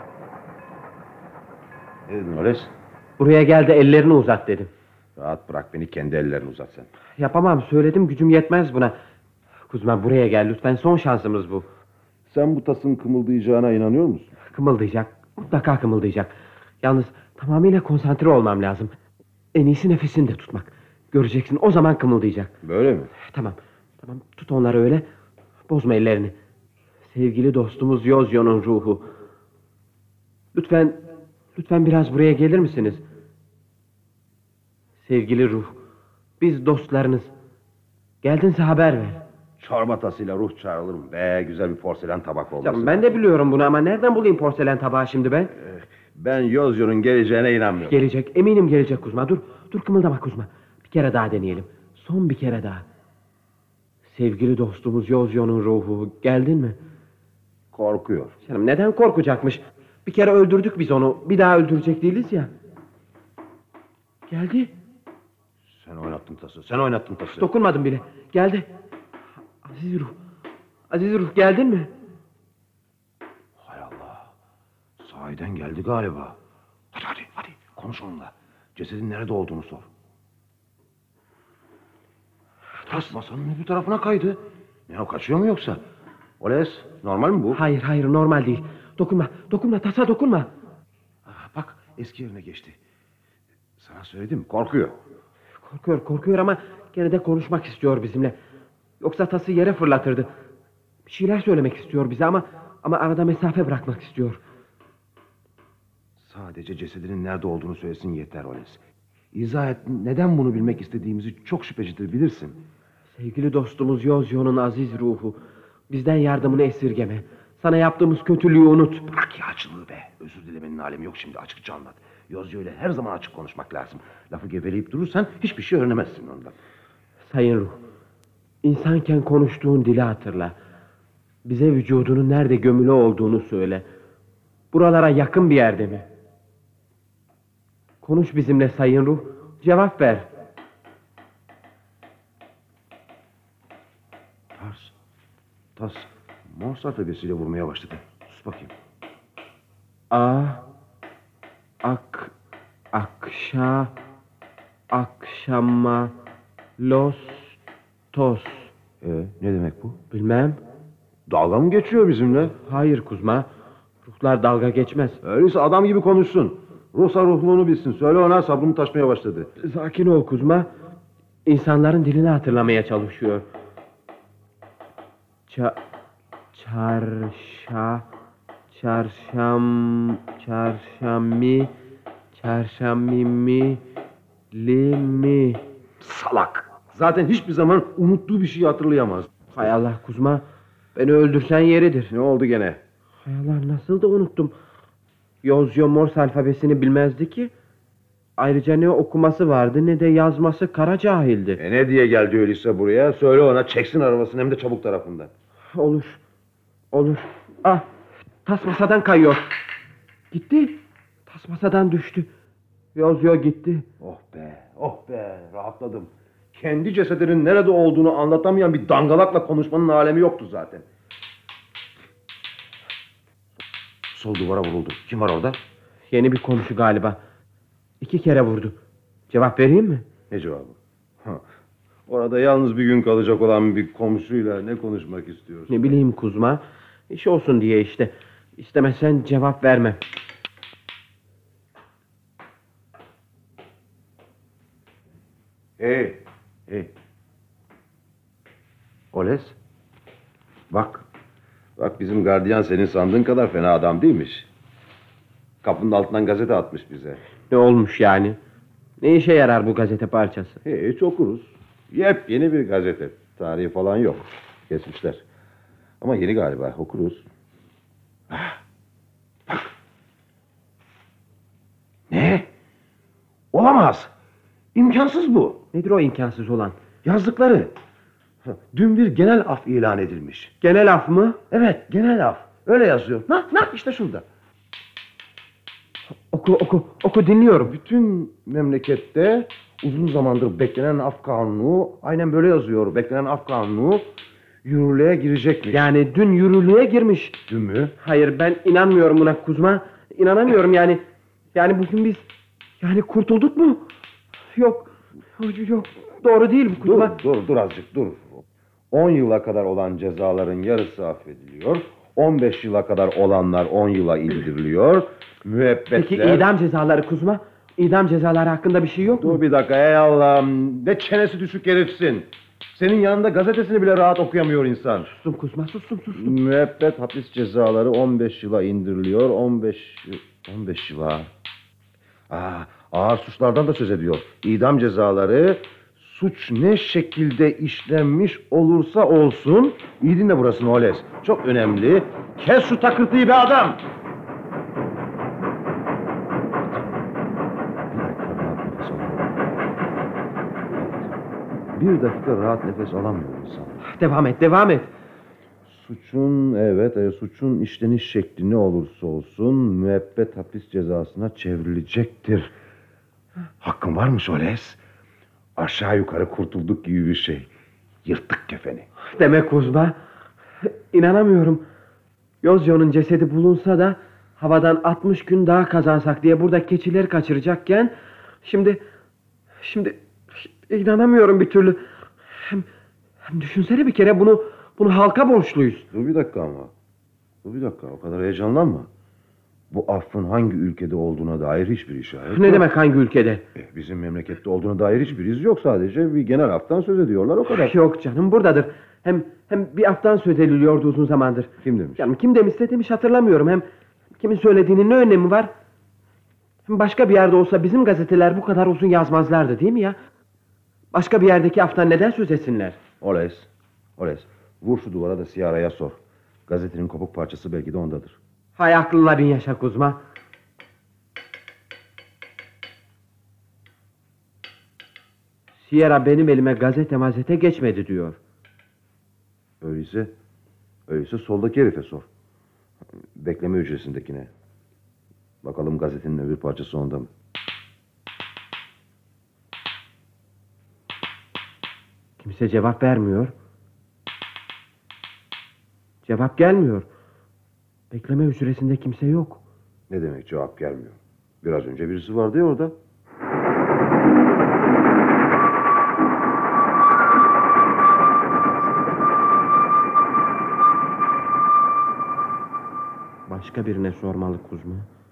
Ne dedin Oles? Buraya gel de ellerini uzat dedim. Rahat bırak beni, kendi ellerini uzat sen. Yapamam, söyledim, gücüm yetmez buna. Kuzma buraya gel lütfen, son şansımız bu. Sen bu tasın kımıldayacağına inanıyor musun? Kımıldayacak, mutlaka kımıldayacak. Yalnız tamamıyla konsantre olmam lazım. En iyisi nefesini de tutmak. Göreceksin, o zaman kımıldayacak. Böyle mi? Tamam, tamam, tut onları öyle. Bozma ellerini. Sevgili dostumuz Yozyo'nun ruhu. Lütfen, lütfen biraz buraya gelir misiniz? Sevgili ruh, biz dostlarınız. Geldinse haber ver. Çorba tasıyla ruh çağrılır mı? Be, güzel bir porselen tabak olması. Canım, ben de biliyorum bunu ama nereden bulayım porselen tabağı şimdi ben? Ben Yozyo'nun geleceğine inanmıyorum. Gelecek, eminim gelecek Kuzma. Dur, dur kımıldama Kuzma. Bir kere daha deneyelim. Son bir kere daha. Sevgili dostumuz Yozyo'nun ruhu, geldin mi? Korkuyor. Canım, neden korkacakmış? Bir kere öldürdük biz onu. Bir daha öldürecek değiliz ya. Geldi. Sen oynattın tası, sen oynattın tası. Dokunmadım bile. Geldi. Aziz ruh. Aziz ruh, geldin mi? Hay Allah. Sahiden geldi galiba. Hadi hadi hadi, konuş onunla. Cesedin nerede olduğunu sor. Tas masanın öbür tarafına kaydı. Ne o, kaçıyor mu yoksa? Oles, normal mi bu? Hayır hayır, normal değil. Dokunma, dokunma, tasa dokunma. Ah, bak, eski yerine geçti. Sana söyledim, korkuyor. Korkuyor, korkuyor ama gene de konuşmak istiyor bizimle. Yoksa tası yere fırlatırdı. Bir şeyler söylemek istiyor bize ama ama arada mesafe bırakmak istiyor. Sadece cesedinin nerede olduğunu söylesin yeter Oles. İzah et, neden bunu bilmek istediğimizi, çok şüphecidir, bilirsin. Sevgili dostumuz Yozyo'nun aziz ruhu, bizden yardımını esirgeme. Sana yaptığımız kötülüğü unut. Bırak ya açılığı be. Özür dilemenin alemi yok şimdi, açıkça anlat. Yozyo ile her zaman açık konuşmak lazım. Lafı geveleyip durursan hiçbir şey öğrenemezsin ondan. Sayın ruh, insanken konuştuğun dili hatırla. Bize vücudunun nerede gömülü olduğunu söyle. Buralara yakın bir yerde mi? Konuş bizimle sayın ruh, cevap ver. Tas, Tas, Morse alfabesiyle vurmaya başladı. Sus bakayım. A, ak, akşa, akşama, los, tos. Ee, ne demek bu? Bilmem. Dalga mı geçiyor bizimle? Hayır Kuzma. Ruhlar dalga geçmez. Öyleyse adam gibi konuşsun. Ruhsa ruhluğunu bilsin. Söyle ona, sabrım taşmaya başladı. Sakin ol Kuzma. İnsanların dilini hatırlamaya çalışıyor. Ça... Çarşa... Çarşam... Çarşami... Çarşamimi... Limi... Salak. Zaten hiçbir zaman unuttuğu bir şeyi hatırlayamaz. Hay Allah Kuzma. Beni öldürsen yeridir. Ne oldu gene? Hay Allah, nasıl da unuttum. Yozyo Morse alfabesini bilmezdi ki. Ayrıca ne okuması vardı ne de yazması, kara cahildi. E ne diye geldi öyleyse buraya? Söyle ona çeksin arabasını, hem de çabuk tarafından. Olur. Olur. Ah, tas masadan kayıyor. Gitti. Tas masadan düştü. Yozyo gitti. Oh be, oh be, rahatladım. Kendi cesedinin nerede olduğunu anlatamayan bir dangalakla konuşmanın alemi yoktu zaten. Sol duvara vuruldu. Kim var orada? Yeni bir komşu galiba. İki kere vurdu. Cevap vereyim mi? Ne cevabı? Ha, orada yalnız bir gün kalacak olan bir komşuyla ne konuşmak istiyorsun? Ne bileyim Kuzma. İş olsun diye işte. İstemezsen cevap vermem. Hey, hey. Oles. Bak. Bak, bizim gardiyan senin sandığın kadar fena adam değilmiş. Kapının altından gazete atmış bize. Ne olmuş yani? Ne işe yarar bu gazete parçası? Hiç okuruz. Yepyeni bir gazete. Tarihi falan yok. Kesmişler. Ama yeni galiba, okuruz. Ah, bak. Ne? Olamaz. İmkansız bu. Nedir o imkansız olan? Yazdıkları. Dün bir genel af ilan edilmiş. Genel af mı? Evet, genel af. Öyle yazıyor. Na, na işte şurada. Oku oku oku, dinliyorum. Bütün memlekette uzun zamandır beklenen af kanunu, aynen böyle yazıyor. Beklenen af kanunu yürürlüğe girecekmiş. Yani dün yürürlüğe girmiş. Dün mü? Hayır, ben inanmıyorum buna Kuzma. İnanamıyorum yani. Yani bugün biz yani kurtulduk mu? Yok. Yok. Doğru değil bu Dur, Kuzma. dur, dur azıcık dur. on yıla kadar olan cezaların yarısı affediliyor. on beş yıla kadar olanlar on yıla indiriliyor. Müebbetler... Peki idam cezaları Kuzma? İdam cezaları hakkında bir şey yok mu? Dur bir dakika, ey Allah'ım. Ne çenesi düşük herifsin. Senin yanında gazetesini bile rahat okuyamıyor insan. Sustum Kuzma, sustum sustum. Müebbet hapis cezaları on beş yıla indiriliyor. on beş... on beş yıla... Aa, ağır suçlardan da söz ediyor. İdam cezaları... Suç ne şekilde işlenmiş olursa olsun... İyi dinle burasını Oles. Çok önemli. Kes şu takırtıyı be adam! Bir dakika rahat nefes alamıyor insan. Devam et, devam et. Suçun, evet, e, suçun işleniş şekli ne olursa olsun müebbet hapis cezasına çevrilecektir. Hakkın varmış Oles. Aşağı yukarı kurtulduk gibi bir şey. Yırttık kefeni. Demek Kuzma. İnanamıyorum. Yozyo'nun cesedi bulunsa da havadan altmış gün daha kazansak diye burada keçileri kaçıracakken şimdi şimdi inanamıyorum bir türlü. Hem, hem düşünsene bir kere bunu bunu halka borçluyuz. Dur bir dakika ama. Dur bir dakika, o kadar heyecanlanma. Bu affın hangi ülkede olduğuna dair hiçbir işaret Ne yok. demek hangi ülkede? Eh, bizim memlekette olduğuna dair hiçbir iz yok, sadece bir genel aftan söz ediyorlar, o kadar. Yok canım, buradadır. Hem hem bir aftan söz ediliyordu uzun zamandır. Kim demiş? Canım kim demişse demiş, hatırlamıyorum. Hem kimin söylediğinin ne önemi var? Hem başka bir yerde olsa bizim gazeteler bu kadar uzun yazmazlardı değil mi ya? Başka bir yerdeki aftan neden söz etsinler? Oles, Oles, vur şu duvara da Siyara'ya sor. Gazetenin kopuk parçası belki de ondadır. Hay aklınla bin yaşa Kuzma. Sierra benim elime gazete mazete geçmedi diyor. Öyleyse, öyleyse soldaki herife sor. Bekleme hücresindekine. Bakalım gazetenin öbür parçası onda mı? Kimse cevap vermiyor. Cevap gelmiyor. Bekleme hücresinde kimse yok. Ne demek cevap gelmiyor? Biraz önce birisi vardı ya orada. Başka birine sormalı Kuzma.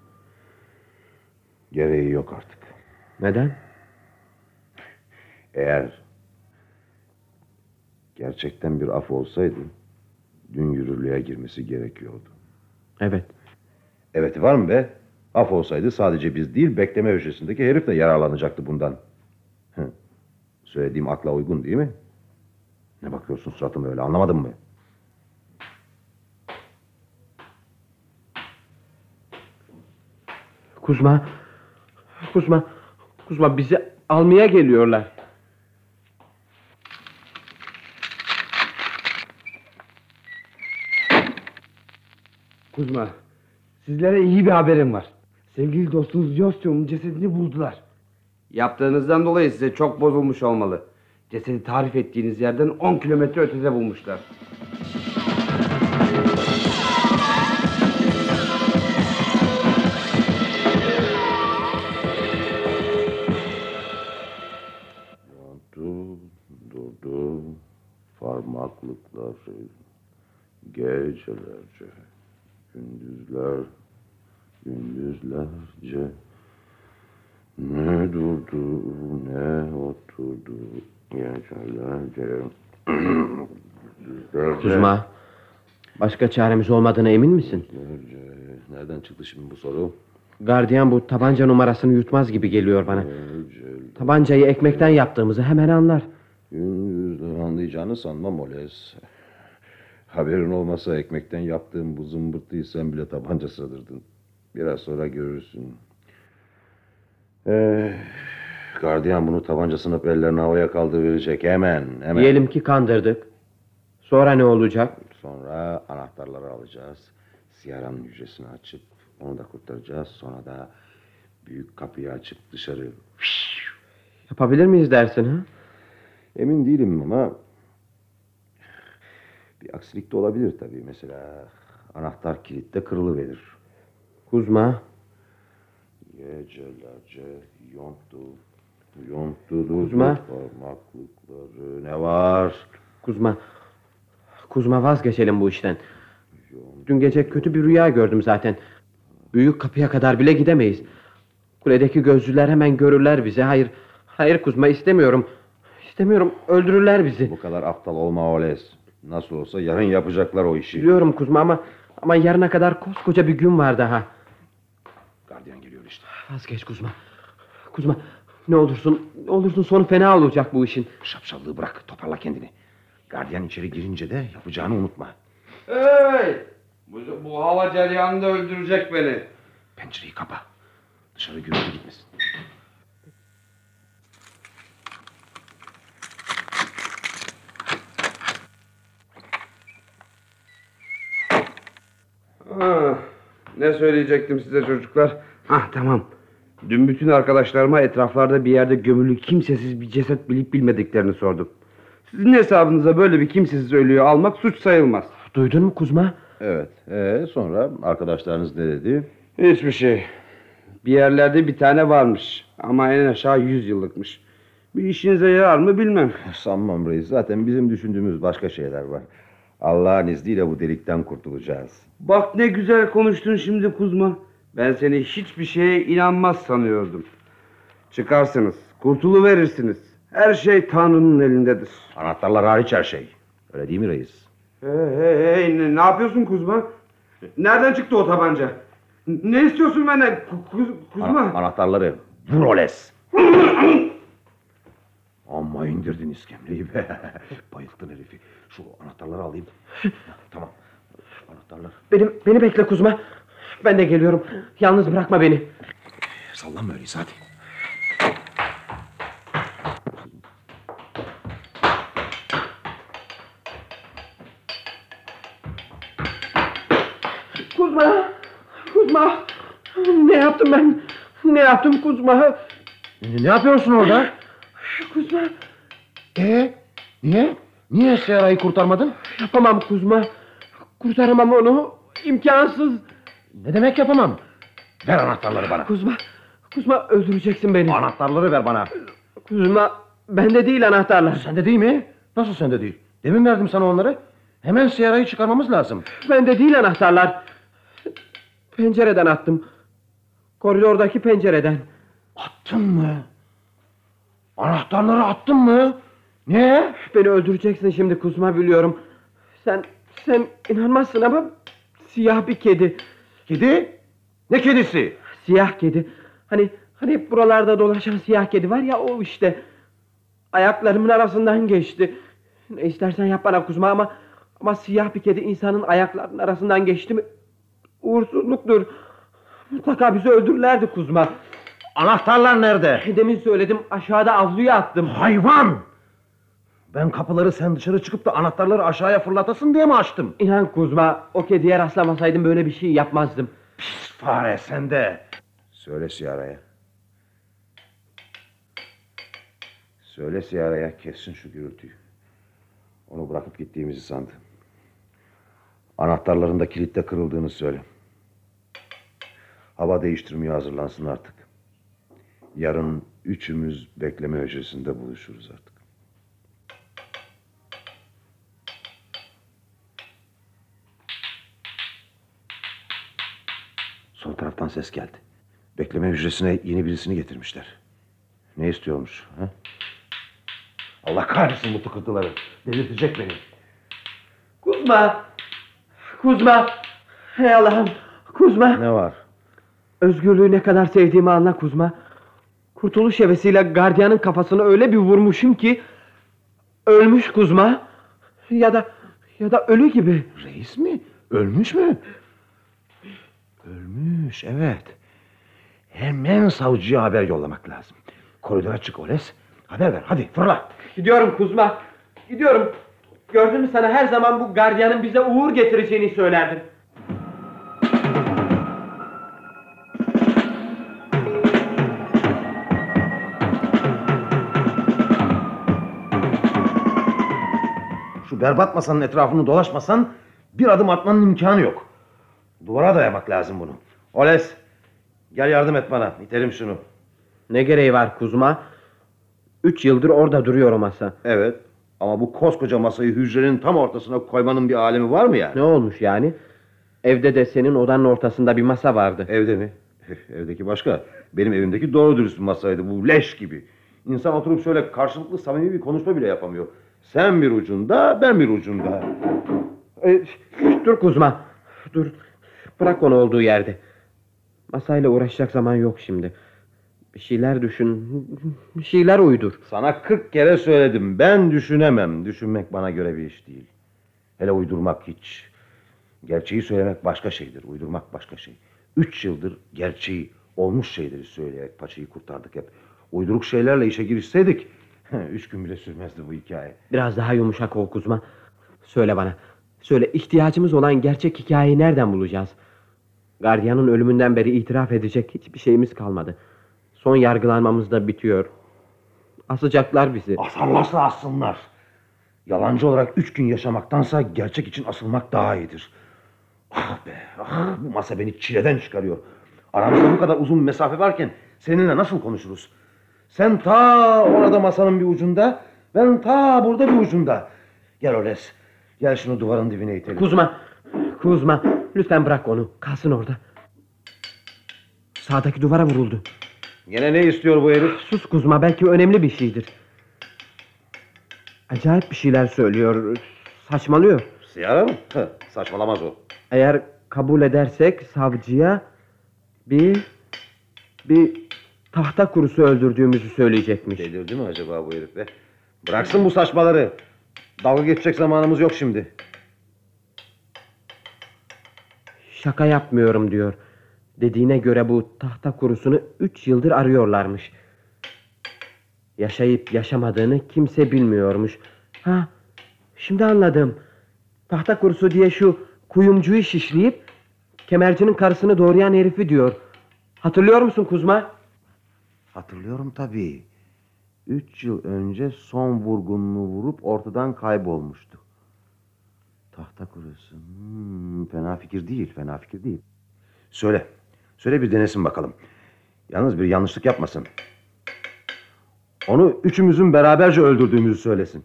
Gereği yok artık. Neden? Eğer gerçekten bir af olsaydı dün yürürlüğe girmesi gerekiyordu. Evet. Evet var mı be? Af olsaydı sadece biz değil, bekleme hücresindeki herif de yararlanacaktı bundan. Hı. Söylediğim akla uygun değil mi? Ne bakıyorsun suratıma öyle, anlamadın mı? Kuzma. Kuzma. Kuzma, bizi almaya geliyorlar. Kuzma, sizlere iyi bir haberim var. Sevgili dostunuz Yostyon'un cesedini buldular. Yaptığınızdan dolayı size çok bozulmuş olmalı. Cesedi tarif ettiğiniz yerden on kilometre ötede bulmuşlar. Yandı, durdu, parmaklıkları, gecelerce, gündüzler, gündüzlerce, ne durdu, ne oturdu, gecelerce, gündüzlerce. Kuzma. Başka çaremiz olmadığına emin misin? Gecelerce. Nereden çıktı şimdi bu soru? Gardiyan bu tabanca numarasını yutmaz gibi geliyor bana. Gecelerce. Tabancayı ekmekten yaptığımızı hemen anlar. Gündüzler anlayacağını sanmam Oles. Haberin olmasa ekmekten yaptığım bu zımbırtıyı sen bile tabanca sığdırdın. Biraz sonra görürsün. Ee, gardiyan bunu tabanca sınıp ellerini havaya kaldıracak hemen. hemen. Diyelim ki kandırdık. Sonra ne olacak? Sonra anahtarları alacağız. Siyaranın hücresini açıp onu da kurtaracağız. Sonra da büyük kapıyı açıp dışarı... Yapabilir miyiz dersin ha? Emin değilim ama... Bir aksilik de olabilir tabii. Mesela anahtar kilitte kırılıverir. Kuzma. Gecelerce yonttu, yonttu Kuzma. parmaklıkları. Ne var? Kuzma. Kuzma, vazgeçelim bu işten. Dün gece kötü bir rüya gördüm zaten. Büyük kapıya kadar bile gidemeyiz. Kuledeki gözcüler hemen görürler bizi. Hayır, hayır Kuzma, istemiyorum. İstemiyorum, öldürürler bizi. Bu kadar aptal olma Oles. Nasıl olsa yarın yapacaklar o işi. Biliyorum Kuzma ama ama yarına kadar koskoca bir gün var daha. Gardiyan geliyor işte. Vazgeç Kuzma. Kuzma, ne olursun, ne olursun sonu fena olacak bu işin. Şapşallığı bırak, toparla kendini. Gardiyan içeri girince de yapacağını unutma. Hey! Bu, bu hava cereyanında öldürecek beni. Pencereyi kapa. Dışarı gürültü gitmesin. Ha, ne söyleyecektim size çocuklar? Hah, tamam. Dün bütün arkadaşlarıma etraflarda bir yerde gömülü kimsesiz bir ceset bilip bilmediklerini sordum. Sizin hesabınıza böyle bir kimsesiz ölüyü almak suç sayılmaz. Duydun mu Kuzma? Evet. Ee, sonra arkadaşlarınız ne dedi? Hiçbir şey. Bir yerlerde bir tane varmış. Ama en aşağı yüz yıllıkmış. Bir işinize yarar mı bilmem. Sanmam reis. Zaten bizim düşündüğümüz başka şeyler var. Allah'ın izniyle bu delikten kurtulacağız. Bak ne güzel konuştun şimdi Kuzma. Ben seni hiçbir şeye inanmaz sanıyordum. Çıkarsınız, kurtuluverirsiniz. Her şey Tanrı'nın elindedir. Anahtarlar hariç her şey. Öyle değil mi reis? Hey hey hey, ne, ne yapıyorsun Kuzma? Nereden çıktı o tabanca? Ne istiyorsun benden Ku- Ku- Kuzma? Ana- anahtarları. Vur Oles. Amma indirdin iskemleyi be. Bayılttın herifi. Şu anahtarları alayım. Tamam. Anahtarlar. Beni, beni bekle Kuzma. Ben de geliyorum. Yalnız bırakma beni. Sallanma öyleyse hadi. Kuzma! Kuzma! Ne yaptım ben? Ne yaptım Kuzma? Ne, ne yapıyorsun orada? Kuzma! Ee, niye? Niye Sera'yı kurtarmadın? Yapamam Kuzma. Kurtaramam onu. İmkansız. Ne demek yapamam? Ver anahtarları bana. Kuzma! Kuzma, öldüreceksin beni. Anahtarları ver bana. Kuzma, bende değil anahtarlar. Sende değil mi? Nasıl sende değil? Demin verdim sana onları. Hemen Sera'yı çıkarmamız lazım. Bende değil anahtarlar. Pencereden attım. Koridordaki pencereden. Attın mı? Anahtarları attın mı? Ne? Beni öldüreceksin şimdi Kuzma, biliyorum. Sen Sen inanmazsın ama siyah bir kedi. Kedi? Ne kedisi? Siyah kedi. Hani hani buralarda dolaşan siyah kedi var ya, o işte. Ayaklarımın arasından geçti. Ne istersen yap bana Kuzma ama ama siyah bir kedi insanın ayaklarının arasından geçti mi uğursuzluktur. Mutlaka bizi öldürürlerdi Kuzma. Anahtarlar nerede? Demin söyledim, aşağıda avluya attım. Hayvan! Ben kapıları sen dışarı çıkıp da anahtarları aşağıya fırlatasın diye mi açtım? İnan Kuzma, o kediye rastlamasaydım böyle bir şey yapmazdım. Pis fare sen de. Söyle Siyara'ya. Söyle Siyara'ya kessin şu gürültüyü. Onu bırakıp gittiğimizi sandı. Anahtarların da kilitte kırıldığını söyle. Hava değiştirmeye hazırlansın artık. Yarın üçümüz bekleme hücresinde buluşuruz artık. Sol taraftan ses geldi. Bekleme hücresine yeni birisini getirmişler. Ne istiyormuş? Ha? Allah kahretsin bu tıkırtıları. Delirtecek beni. Kuzma! Kuzma! Hey Allah'ım! Kuzma! Ne var? Özgürlüğü ne kadar sevdiğimi anla Kuzma. Kurtuluş hevesiyle gardiyanın kafasını öyle bir vurmuşum ki ölmüş Kuzma. Ya da ya da ölü gibi. Reis mi? Ölmüş mü? Ölmüş, evet. Hemen savcıya haber yollamak lazım. Koridora çık Oles. Haber ver, hadi fırla. Gidiyorum Kuzma. Gidiyorum. Gördün mü, sana her zaman bu gardiyanın bize uğur getireceğini söylerdim. Şu berbat masanın etrafını dolaşmasan bir adım atmanın imkanı yok. Duvara dayamak lazım bunu. Oles, gel yardım et bana. İtelim şunu. Ne gereği var Kuzma? Üç yıldır orada duruyor o masa. Evet, ama bu koskoca masayı hücrenin tam ortasına koymanın bir alemi var mı yani? Ne olmuş yani? Evde de senin odanın ortasında bir masa vardı. Evde mi? Evdeki başka. Benim evimdeki doğru dürüst bir masaydı. Bu leş gibi. İnsan oturup şöyle karşılıklı samimi bir konuşma bile yapamıyor. Sen bir ucunda, ben bir ucunda. Ee, dur Kuzma. Dur. Bırak onu olduğu yerde. Masayla uğraşacak zaman yok şimdi. Bir şeyler düşün. Bir şeyler uydur. Sana kırk kere söyledim. Ben düşünemem. Düşünmek bana göre bir iş değil. Hele uydurmak hiç. Gerçeği söylemek başka şeydir. Uydurmak başka şey. Üç yıldır gerçeği, olmuş şeyleri söyleyerek paçayı kurtardık hep. Uyduruk şeylerle işe girişseydik üç gün bile sürmezdi bu hikaye. Biraz daha yumuşak ol Kuzma. Söyle bana. Söyle, ihtiyacımız olan gerçek hikayeyi nereden bulacağız? Gardiyanın ölümünden beri itiraf edecek hiçbir şeyimiz kalmadı. Son yargılanmamız da bitiyor. Asacaklar bizi. Asarlarsa assınlar. Yalancı olarak üç gün yaşamaktansa gerçek için asılmak daha iyidir. Ah be, ah, bu masa beni çileden çıkarıyor. Aramızda bu kadar uzun mesafe varken seninle nasıl konuşuruz? Sen ta orada masanın bir ucunda, ben ta burada bir ucunda. Gel Oles, gel şunu duvarın dibine itelim. Kuzma, Kuzma, lütfen bırak onu. Kalsın orada. Sağdaki duvara vuruldu. Gene ne istiyor bu herif? Sus Kuzma, belki önemli bir şeydir. Acayip bir şeyler söylüyor. Saçmalıyor. Siyara mı? Hı, saçmalamaz o. Eğer kabul edersek savcıya bir bir tahta kurusu öldürdüğümüzü söyleyecekmiş. Delirdi mi acaba bu herif be? Bıraksın bu saçmaları. Dalga geçecek zamanımız yok şimdi. Şaka yapmıyorum diyor. Dediğine göre bu tahta kurusunu üç yıldır arıyorlarmış. Yaşayıp yaşamadığını kimse bilmiyormuş. Ha, şimdi anladım. Tahta kurusu diye şu kuyumcuyu şişleyip kemercinin karısını doğrayan herifi diyor. Hatırlıyor musun Kuzma? Hatırlıyorum tabii. Üç yıl önce son vurgununu vurup ortadan kaybolmuştu. Tahta kurusu. Hmm, fena fikir değil, fena fikir değil. Söyle, söyle bir denesin bakalım. Yalnız bir yanlışlık yapmasın. Onu üçümüzün beraberce öldürdüğümüzü söylesin.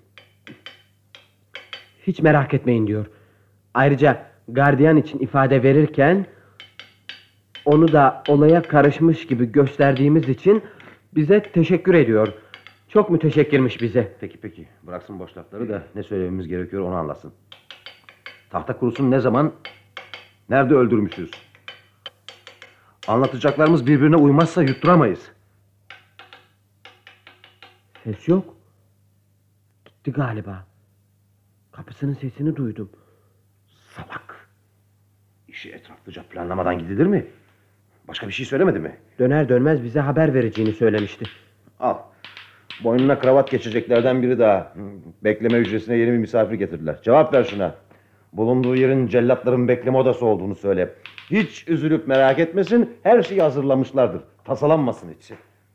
Hiç merak etmeyin diyor. Ayrıca gardiyan için ifade verirken onu da olaya karışmış gibi gösterdiğimiz için bize teşekkür ediyor. Çok müteşekkirmiş bize. Peki peki, bıraksın boş lafları da ne söylememiz gerekiyor onu anlasın. Tahta kurusunu ne zaman, nerede öldürmüşüz? Anlatacaklarımız birbirine uymazsa yutturamayız. Ses yok. Gitti galiba. Kapısının sesini duydum. Salak. İşi etraflıca planlamadan gidilir mi? Başka bir şey söylemedi mi? Döner dönmez bize haber vereceğini söylemişti. Al. Boynuna kravat geçeceklerden biri daha. Bekleme hücresine yeni bir misafir getirdiler. Cevap ver şuna. Bulunduğu yerin cellatların bekleme odası olduğunu söyle. Hiç üzülüp merak etmesin. Her şeyi hazırlamışlardır. Tasalanmasın hiç.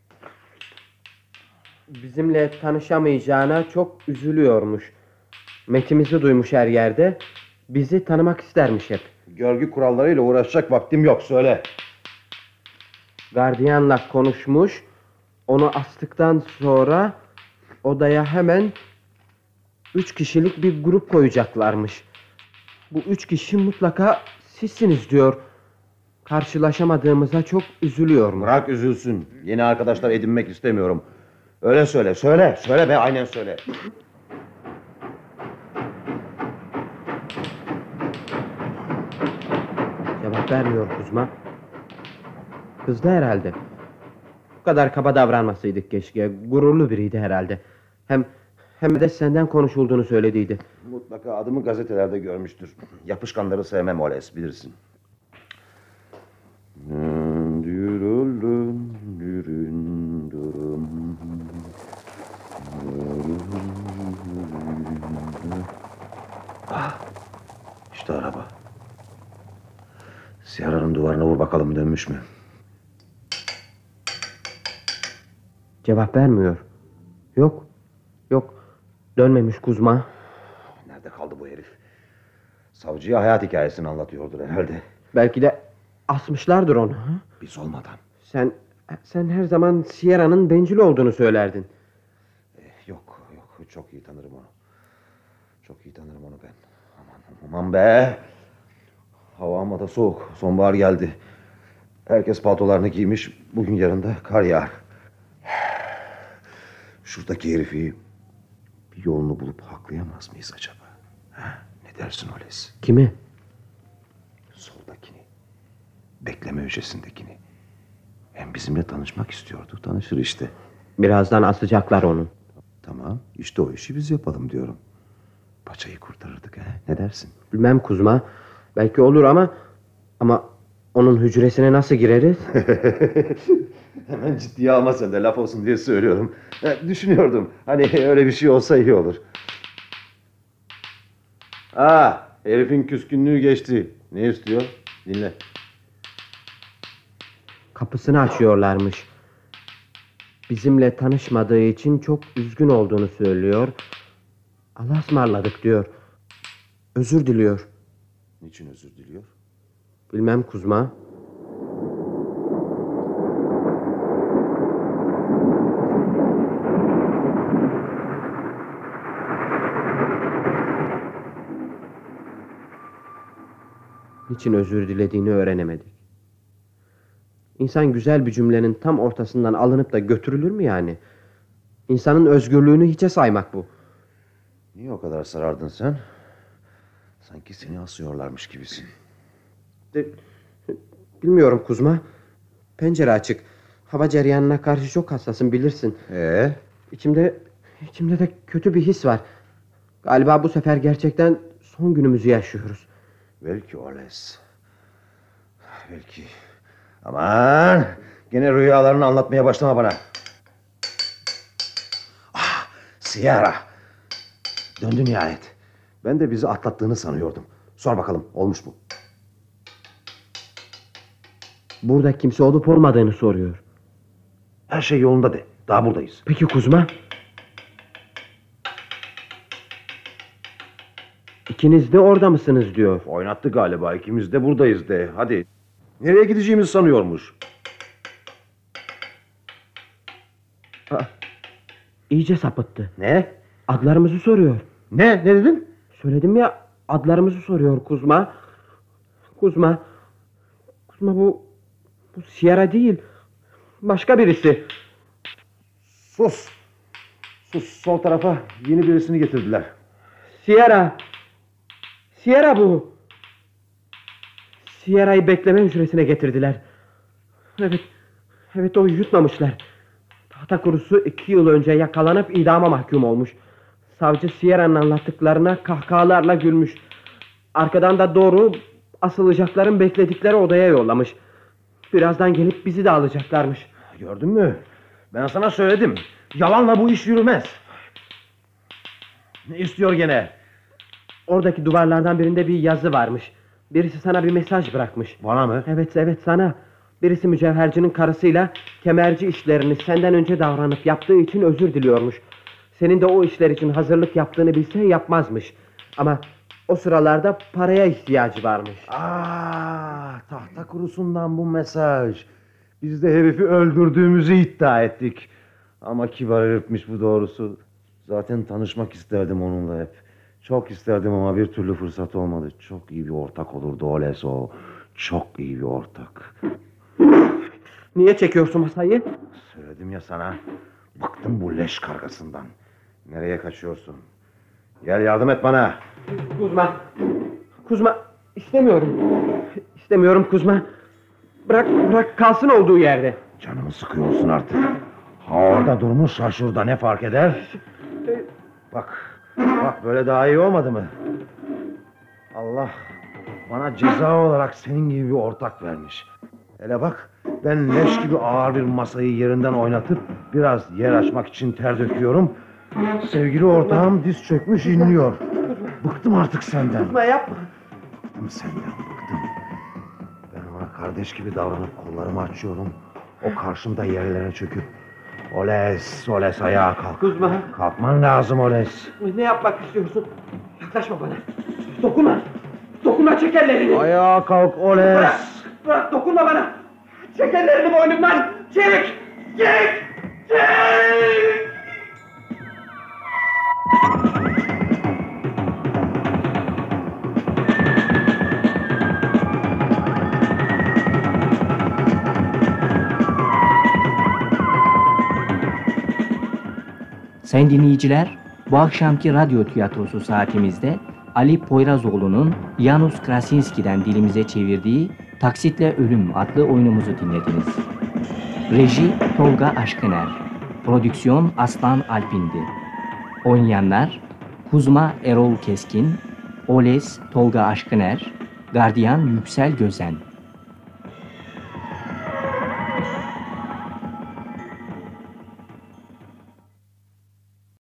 Bizimle tanışamayacağına çok üzülüyormuş. Metimizi duymuş her yerde. Bizi tanımak istermiş hep. Görgü kurallarıyla uğraşacak vaktim yok. Söyle. Gardiyanla konuşmuş. Onu astıktan sonra odaya hemen üç kişilik bir grup koyacaklarmış. Bu üç kişi mutlaka sizsiniz diyor. Karşılaşamadığımıza çok üzülüyorum. Bırak üzülsün. Yeni arkadaşlar edinmek istemiyorum. Öyle söyle. Söyle. Söyle be, aynen söyle. Cevap vermiyor Kuzma. Kızdı herhalde. Bu kadar kaba davranmasaydık keşke. Gururlu biriydi herhalde. Hem hem de senden konuşulduğunu söylediydi. Mutlaka adımı gazetelerde görmüştür. Yapışkanları sevmem Oles, bilirsin. Ah, işte araba. Siyara'nın duvarına vur bakalım, dönmüş mü? Cevap vermiyor. Yok. Yok. Dönmemiş Kuzma. Nerede kaldı bu herif? Savcıya hayat hikayesini anlatıyordur herhalde. Belki de asmışlardır onu. Ha? Biz olmadan. Sen sen her zaman Sierra'nın bencil olduğunu söylerdin. Eh, yok yok, çok iyi tanırım onu. Çok iyi tanırım onu ben. Aman aman be. Hava amma da soğuk. Sonbahar geldi. Herkes paltolarını giymiş. Bugün yarın da kar yağar. Şuradaki herifi bir yolunu bulup haklayamaz mıyız acaba? Ha? Ne dersin Oles? Kimi? Soldakini. Bekleme hücresindekini. Hem bizimle tanışmak istiyordu. Tanışır işte. Birazdan asacaklar onu. Tamam. İşte o işi biz yapalım diyorum. Paçayı kurtarırdık ha. Ne dersin? Bilmem Kuzma. Belki olur ama ama onun hücresine nasıl gireriz? Hemen ciddiye alma sen de, laf olsun diye söylüyorum. E, düşünüyordum. Hani öyle bir şey olsa iyi olur. Aa, herifin küskünlüğü geçti. Ne istiyor? Dinle. Kapısını açıyorlarmış. Bizimle tanışmadığı için çok üzgün olduğunu söylüyor. Allah'a ısmarladık diyor. Özür diliyor. Niçin özür diliyor? Bilmem Kuzma. Niçin özür dilediğini öğrenemedik. İnsan güzel bir cümlenin tam ortasından alınıp da götürülür mü yani? İnsanın özgürlüğünü hiçe saymak bu. Niye o kadar sarardın sen? Sanki seni asıyorlarmış gibisin. De, bilmiyorum Kuzma. Pencere açık. Hava cereyanına karşı çok hassasım, bilirsin. Ee? İçimde, içimde de kötü bir his var. Galiba bu sefer gerçekten son günümüzü yaşıyoruz. Belki Oles. Belki. Aman! Gene rüyalarını anlatmaya başlama bana. Ah! Sierra! Döndü nihayet. Ben de bizi atlattığını sanıyordum. Sor bakalım, olmuş mu? Burada kimse olup olmadığını soruyor. Her şey yolunda de. Daha buradayız. Peki Kuzma? İkiniz de orada mısınız diyor. Oynattı galiba. İkimiz de buradayız de. Hadi. Nereye gideceğimizi sanıyormuş. Aa, iyice sapıttı. Ne? Adlarımızı soruyor. Ne? Ne dedin? Söyledim ya, adlarımızı soruyor Kuzma. Kuzma. Kuzma bu... Bu Sierra değil. Başka birisi. Sus. Sus. Sol tarafa yeni birisini getirdiler. Sierra. Sierra bu. Sierra'yı bekleme hücresine getirdiler. Evet, evet o yutmamışlar. Tahta kurusu iki yıl önce yakalanıp idama mahkum olmuş. Savcı Sierra'nın anlattıklarına kahkahalarla gülmüş. Arkadan da doğru asılacakların bekledikleri odaya yollamış. Birazdan gelip bizi de alacaklarmış. Gördün mü? Ben sana söyledim. Yalanla bu iş yürümez. Ne istiyor gene? Oradaki duvarlardan birinde bir yazı varmış. Birisi sana bir mesaj bırakmış. Bana mı? Evet evet sana. Birisi mücevhercinin karısıyla kemerci işlerini senden önce davranıp yaptığı için özür diliyormuş. Senin de o işler için hazırlık yaptığını bilse yapmazmış. Ama o sıralarda paraya ihtiyacı varmış. Aa, tahta kurusundan bu mesaj. Biz de herifi öldürdüğümüzü iddia ettik. Ama kibar herifmiş bu doğrusu. Zaten tanışmak isterdim onunla hep. Çok isterdim ama bir türlü fırsat olmadı. Çok iyi bir ortak olurdu Oles o. Çok iyi bir ortak. Niye çekiyorsun masayı? Söyledim ya sana. Bıktım bu leş kargasından. Nereye kaçıyorsun? Gel yardım et bana. Kuzma. Kuzma istemiyorum. İstemiyorum Kuzma. Bırak bırak kalsın olduğu yerde. Canımı sıkıyorsun artık. Ha orada durmuş ha şurada ne fark eder? Bak, bak böyle daha iyi olmadı mı? Allah bana ceza olarak senin gibi bir ortak vermiş. Hele bak ben leş gibi ağır bir masayı yerinden oynatıp biraz yer açmak için ter döküyorum. Sevgili ortağım diz çökmüş inliyor. Bıktım artık senden. Kuzma yapma. Bıktım senden bıktım. Ben ona kardeş gibi davranıp kollarımı açıyorum. O karşımda yerlere çöküp Oles, Oles ayağa kalk. Kuzma. Kalkman lazım Oles. Ne yapmak istiyorsun? Yaklaşma bana. Dokunma. Dokunma çek ellerini. Ayağa kalk Oles. Bırak. Bırak dokunma bana. Çek ellerini boynumdan. Çek. Çek. Çek. Sayın dinleyiciler, bu akşamki radyo tiyatrosu saatimizde Ali Poyrazoğlu'nun Janusz Krasinski'den dilimize çevirdiği Taksitle Ölüm adlı oyunumuzu dinlediniz. Reji Tolga Aşkıner, prodüksiyon Aslan Alpindi. Oynayanlar Kuzma Erol Keskin, Oles Tolga Aşkıner, Gardiyan Yüksel Gözen.